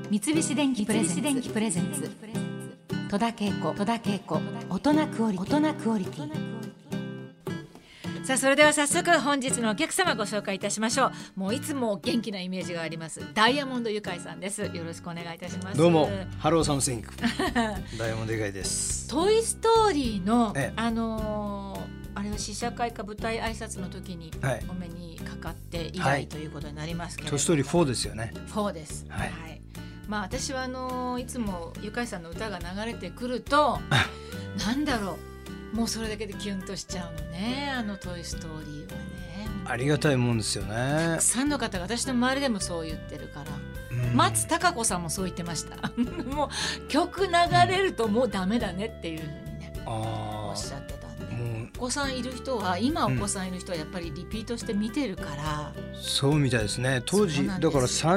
三菱電機プレゼンツ戸田恵子大人クオリティ。さあそれでは早速本日のお客様ご紹介いたしましょう。もういつも元気なイメージがありますダイヤモンドユカイさんです。よろしくお願いいたします。 どうもハローサムシングダイヤモンドユカイです。 トイストーリーのあれは試写会か舞台挨拶の時にお目にかかって以来ということになりますけれども、 トイストーリー4ですよね。 4です、はい。まあ私はいつもユカイさんの歌が流れてくるとなんだろう、もうそれだけでキュンとしちゃうのね、トイストーリーはね。 ありがたいもんですよね。 たくさんの方が私の周りでもそう言ってるから、松たか子さんもそう言ってましたもう曲流れるともうダメだねっていうふうにね、おっしゃってたんで、お子さんいる人は今お子さんいる人はやっぱりリピートして見てるから、 そうみたいですね。当時だから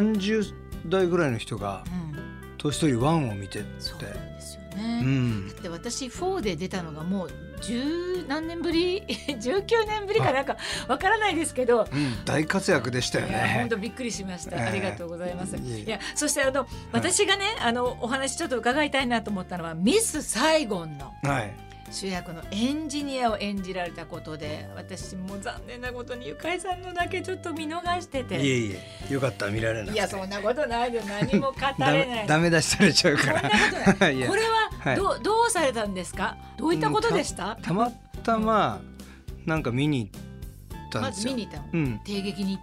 30代ぐらいの人が、トイストーリー1を見てって。 そうなんですよね、だって私4で出たのがもう10何年ぶり19年ぶりかなんかわからないですけど、 大活躍でしたよね。 本当びっくりしました、ありがとうございます。いや、そして私がねお話ちょっと伺いたいなと思ったのは、ミスサイゴンの主役のエンジニアを演じられたことで、私も残念なことにゆかいさんのだけちょっと見逃してて。 いえよかった、見られなくて。 いやそんなことないで、何も語れないダメ出しされちゃうから。 そんなことないこれはどうされたんですか？どういったことでした？ たまたまなんか見に行ったんですよ。 まず見に行ったの、帝劇に行って、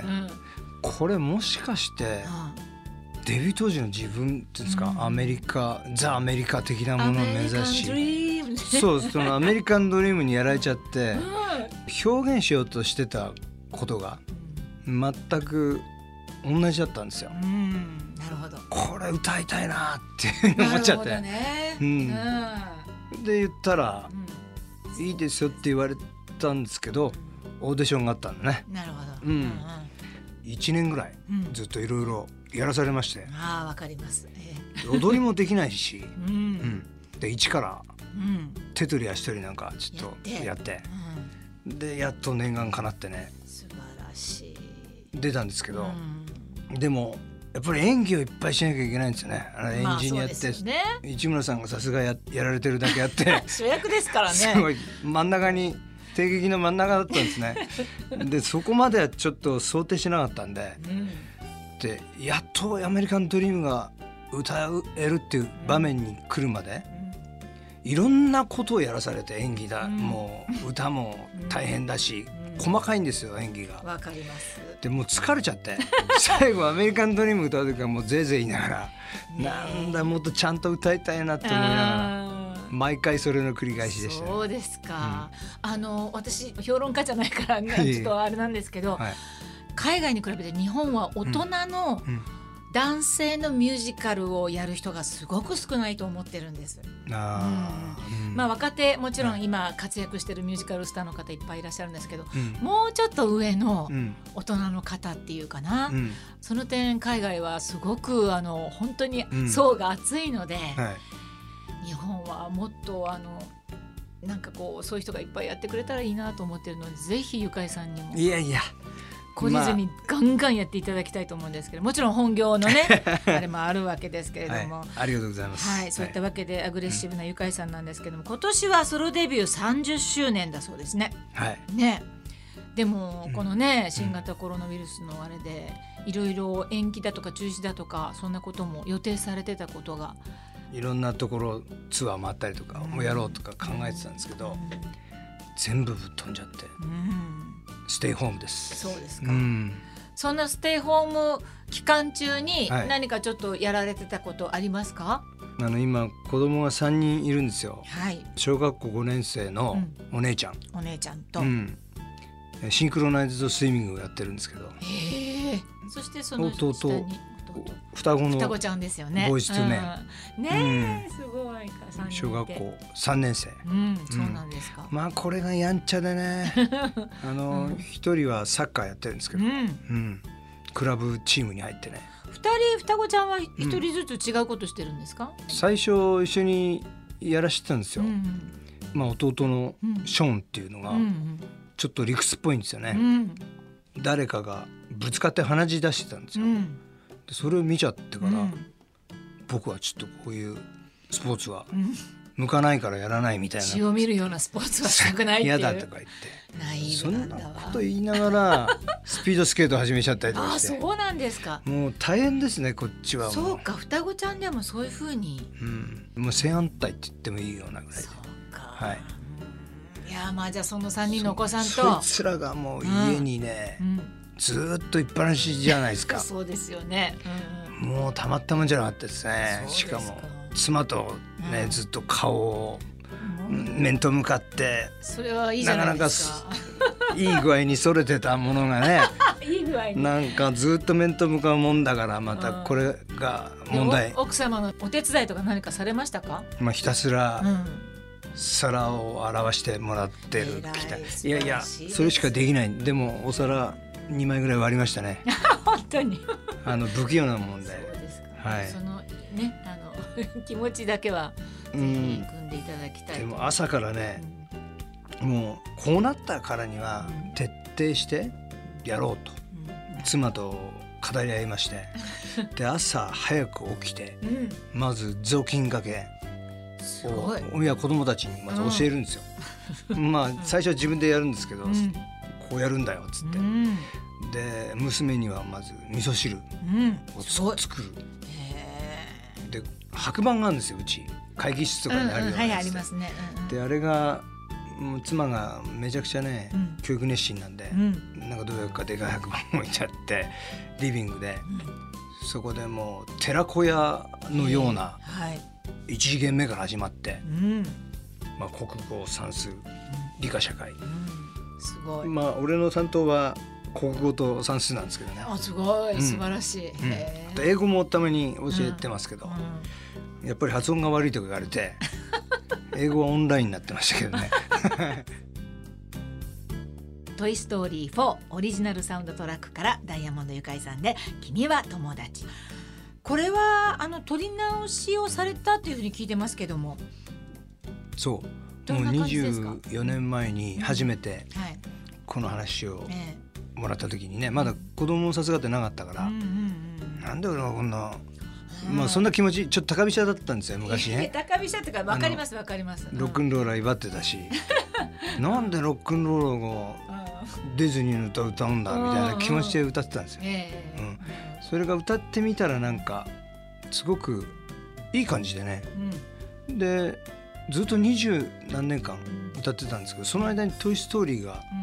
これもしかしてデビュー当時の自分っていうんですか、アメリカザ・アメリカ的なものを目指し、そう、そのアメリカンドリームにやられちゃって表現しようとしてたことが全く同じだったんですよ。 なるほど。 これ歌いたいなって思っちゃって、で言ったら、いいですよって言われたんですけど、オーディションがあったんだね。 なるほど、 1年ぐらいずっといろいろやらされまして、 わかります、 踊りもできないし、で一から手取り足取りなんかちょっとやって、でやっと念願かなってね、 素晴らしい出たんですけど、でもやっぱり演技をいっぱいしなきゃいけないんですよね。エンジニアって、市村さんがさすが やられてるだけあって主役ですからね。 すごい真ん中に、帝劇の真ん中だったんですねでそこまではちょっと想定しなかったんで、でやっとアメリカンドリームが歌えるっていう場面に来るまで、いろんなことをやらされて、演技だ、もう歌も大変だし、細かいんですよ演技が。 わかります。 でもう疲れちゃって最後アメリカンドリーム歌う時はもうぜいぜい言いながら、なんだもっとちゃんと歌いたいなって思いながら、毎回それの繰り返しでしたね。 そうですか、私評論家じゃないからねちょっとあれなんですけど、海外に比べて日本は大人の男性のミュージカルをやる人がすごく少ないと思ってるんです。若手もちろん今活躍してるミュージカルスターの方いっぱいいらっしゃるんですけど、もうちょっと上の大人の方っていうかな、その点海外はすごく本当に層が厚いので、日本はもっとなんかこうそういう人がいっぱいやってくれたらいいなと思ってるので、ぜひゆかいさんにも懲りずにガンガンやっていただきたいと思うんですけど、もちろん本業のねあれもあるわけですけれども、 ありがとうございます。 そういったわけでアグレッシブなゆかいさんなんですけども、今年はソロデビュー30周年だそうですね。でもこのね、新型コロナウイルスのあれでいろいろ延期だとか中止だとか、そんなことも予定されてたことが、 いろんなところツアー回ったりとかもやろうとか考えてたんですけど、全部ぶっ飛んじゃって、ステイホームです。 そうですか、そんなステイホーム期間中に何かちょっとやられてたことありますか？ 今子供が3人いるんですよ。小学校5年生のお姉ちゃん、と、シンクロナイズドスイミングをやってるんですけど、 そしてその下に双子ちゃんですよね。 ボーイズ2 名、すごい小学校3年生。 そうなんですか。 これがやんちゃでね一人はサッカーやってるんですけど、クラブチームに入ってね。 双子ちゃんは一人ずつ違うことしてるんですか？ 最初一緒にやらしてたんですよ。弟のショーンっていうのがちょっと理屈っぽいんですよね。誰かがぶつかって鼻血出してたんですよ。 でそれを見ちゃってから、僕はちょっとこういうスポーツは向かないからやらないみたいな、 血を見るようなスポーツはしたくないっていう嫌だとか言ってナイーブなんだわ。 そんなこと言いながらスピードスケート始めちゃったりとかして。 そうなんですか。 もう大変ですねこっちは。もうそうか、双子ちゃんでもそういう風に、 もう正反対って言ってもいいようなぐらいで。 そうか、 はい。 いやまあじゃあその3人のお子さんとそいつらがもう家にね、ずっといっぱなしじゃないですか。 そうですよね、 もうたまったもんじゃなかったですね。しかも妻とね、ずっと顔を面と向かって、 それはいいじゃないですか。 なかなかいい具合にそれてたものがねいい具合になんかずっと面と向かうもんだから、またこれが問題。 奥様のお手伝いとか何かされましたか？ ひたすら、皿を洗わしてもらってるきた。いやいやそれしかできない。でもお皿2枚ぐらい割りましたね本当に不器用なもんで。 そうですか、 はい、 そのね気持ちだけはぜひ組んでいただきたい。 でも朝からね、もうこうなったからには徹底してやろうと、妻と語り合いましてで朝早く起きて、まず雑巾がけをいや子供たちにまず教えるんですよ、最初は自分でやるんですけど、こうやるんだよっつって、で娘にはまず味噌汁を作る、で白板があるんですよ、うち会議室とかにあるようなやつ、 ありますね、 であれがもう妻がめちゃくちゃね、教育熱心なんで、なんかどうやるかでかい白板置いちゃってリビングで、そこでもう寺子屋のような1次元目から始まって、国語算数理科社会、 すごい。 俺の担当は国語と算数なんですけどね。 すごい素晴らしい、 あと英語もたまに教えてますけど、やっぱり発音が悪いとか言われて英語はオンラインになってましたけどねトイストーリー4オリジナルサウンドトラックからダイヤモンドユカイさんで君は友達。これは撮り直しをされたというふうに聞いてますけども。 そうもう24年前に初めてこの話をもらった時にね、まだ子供を授かってなかったから、なんで俺はこんな、そんな気持ちちょっと高飛車だったんですよ昔ね。 高飛車ってか分かります分かります。 ロックンローラー威張ってたしなんでロックンローラーがディズニーの歌を歌うんだみたいな気持ちで歌ってたんですよ、それが歌ってみたらなんかすごくいい感じでね、でずっと20何年間歌ってたんですけど、その間にトイストーリーが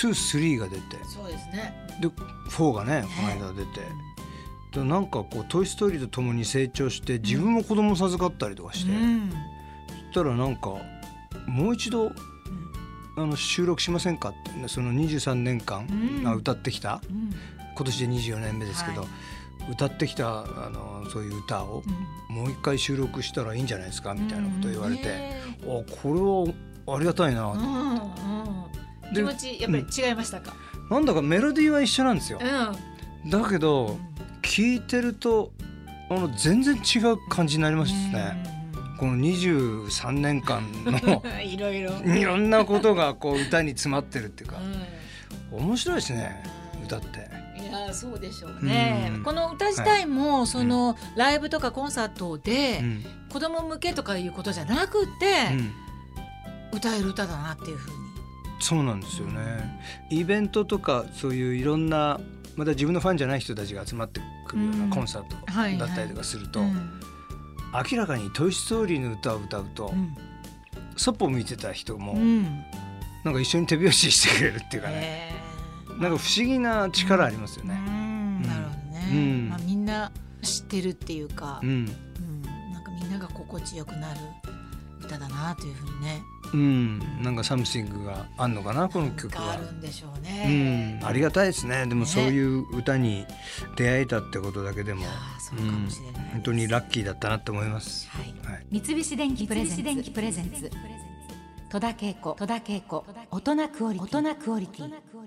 2、3が出て、 そうですね、 で4がねこの間出て、でなんかこうトイストーリーとともに成長して自分も子供授かったりとかして、そしたらなんかもう一度収録しませんかって、その23年間歌ってきた、今年で24年目ですけど、歌ってきたそういう歌をもう一回収録したらいいんじゃないですかみたいなことを言われて、これはありがたいなと思って、 気持ちやっぱり違いましたか？ なんだかメロディーは一緒なんですよ、だけど聴いてると全然違う感じになりますね。この23年間のいろんなことがこう歌に詰まってるっていうか、面白いですね歌って。 いやそうでしょうね、この歌自体もそのライブとかコンサートで子供向けとかいうことじゃなくて歌える歌だなっていうふうに。 そうなんですよね、イベントとかそういういろんなまた自分のファンじゃない人たちが集まってくるようなコンサートだったりとかすると、明らかにトイストーリーの歌を歌うと、そっぽ向いてた人もなんか一緒に手拍子してくれるっていうかね、なんか不思議な力ありますよね。 なるほどね、みんな知ってるっていうか、なんかみんなが心地よくなる歌だなというふうにね、 なんかサムシングがあんのかなこの曲は。 あるんでしょうね、 ありがたいですね。でもそういう歌に出会えたってことだけでも、 そうかもしれない、 本当にラッキーだったなって思います、 三菱電機プレゼンツ戸田恵子大人クオリティ。